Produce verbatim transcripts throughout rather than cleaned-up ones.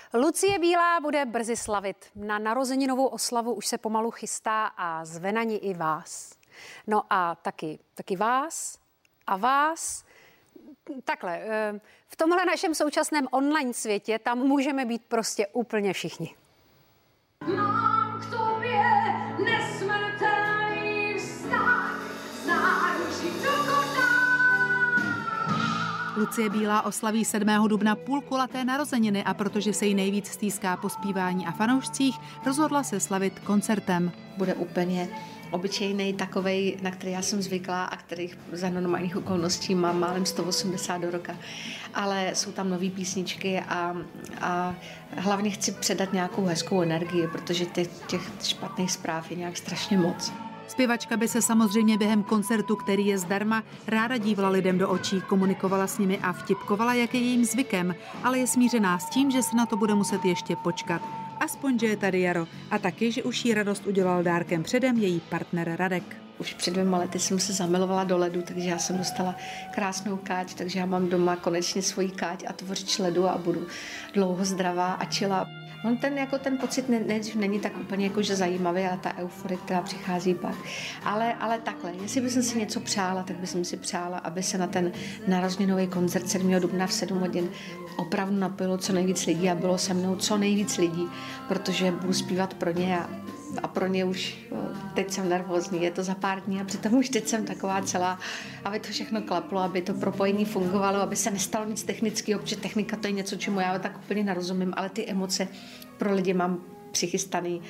Lucie Bílá bude brzy slavit. Na narozeninovou oslavu už se pomalu chystá a zve na ní i vás. No a taky, taky vás a vás. Takhle, v tomhle našem současném online světě tam můžeme být prostě úplně všichni. Mám k tobě nesmrtelný vztah, záručí dokoná. Lucie Bílá oslaví sedmého dubna půlkulaté narozeniny a protože se jí nejvíc stýská po zpívání a fanoušcích, rozhodla se slavit koncertem. Bude úplně obyčejný, takovej, na který já jsem zvyklá a kterých za normálních okolností mám málem sto osmdesát do roka. Ale jsou tam nový písničky a, a hlavně chci předat nějakou hezkou energii, protože těch, těch špatných zpráv je nějak strašně moc. Zpěvačka by se samozřejmě během koncertu, který je zdarma, ráda dívala lidem do očí, komunikovala s nimi a vtipkovala, jak je jejím zvykem, ale je smířená s tím, že se na to bude muset ještě počkat. Aspoň, že je tady jaro a taky, že už jí radost udělal dárkem předem její partner Radek. Už před dvěma lety jsem se zamilovala do ledu, takže já jsem dostala krásnou káť, takže já mám doma konečně svoji káť a tvořič ledu a budu dlouho zdravá a čila. On ten, jako ten pocit ne, ne, není tak úplně jakože zajímavý, ale ta euforie, která přichází pak. Ale, ale takhle, jestli bych si něco přála, tak bych si přála, aby se na ten narozeninový koncert sedmého dubna v sedm hodin opravdu napojilo co nejvíc lidí a bylo se mnou co nejvíc lidí, protože budu zpívat pro ně a, a pro ně už teď jsem nervózní, je to za pár dní a přitom už teď jsem taková celá, aby to všechno klaplo, aby to propojení fungovalo, aby se nestalo nic technického, protože technika to je něco, čemu já tak úplně nerozumím, ale ty emoce pro lidi mám přichystaný.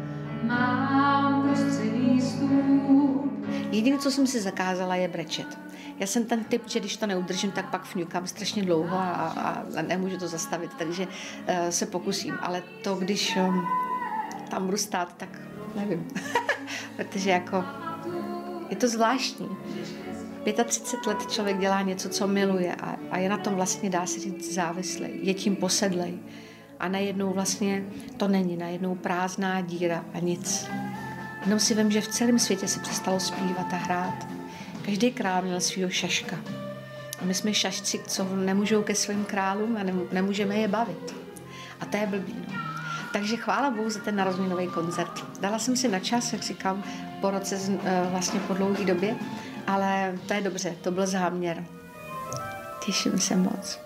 Mám prostřední stůl. Jediné, co jsem si zakázala, je brečet. Já jsem ten typ, že když to neudržím, tak pak fňukám strašně dlouho a, a, a nemůžu to zastavit, takže uh, se pokusím. Ale to, když um, tam budu stát, tak nevím. Protože jako je to zvláštní. třicet pět let člověk dělá něco, co miluje a, a je na tom vlastně, dá se říct, závislý. Je tím posedlej. A najednou vlastně to není, najednou prázdná díra a nic. Jenom si vím, že v celém světě se přestalo zpívat a hrát. Každý král měl svýho šaška. A my jsme šašci, co nemůžou ke svým králům a nemůžeme je bavit. A to je blbý, no. Takže chvála Bohu za ten narozeninový koncert. Dala jsem si na čas, jak říkám, po roce, vlastně po dlouhé době, ale to je dobře, to byl záměr. Těším se moc.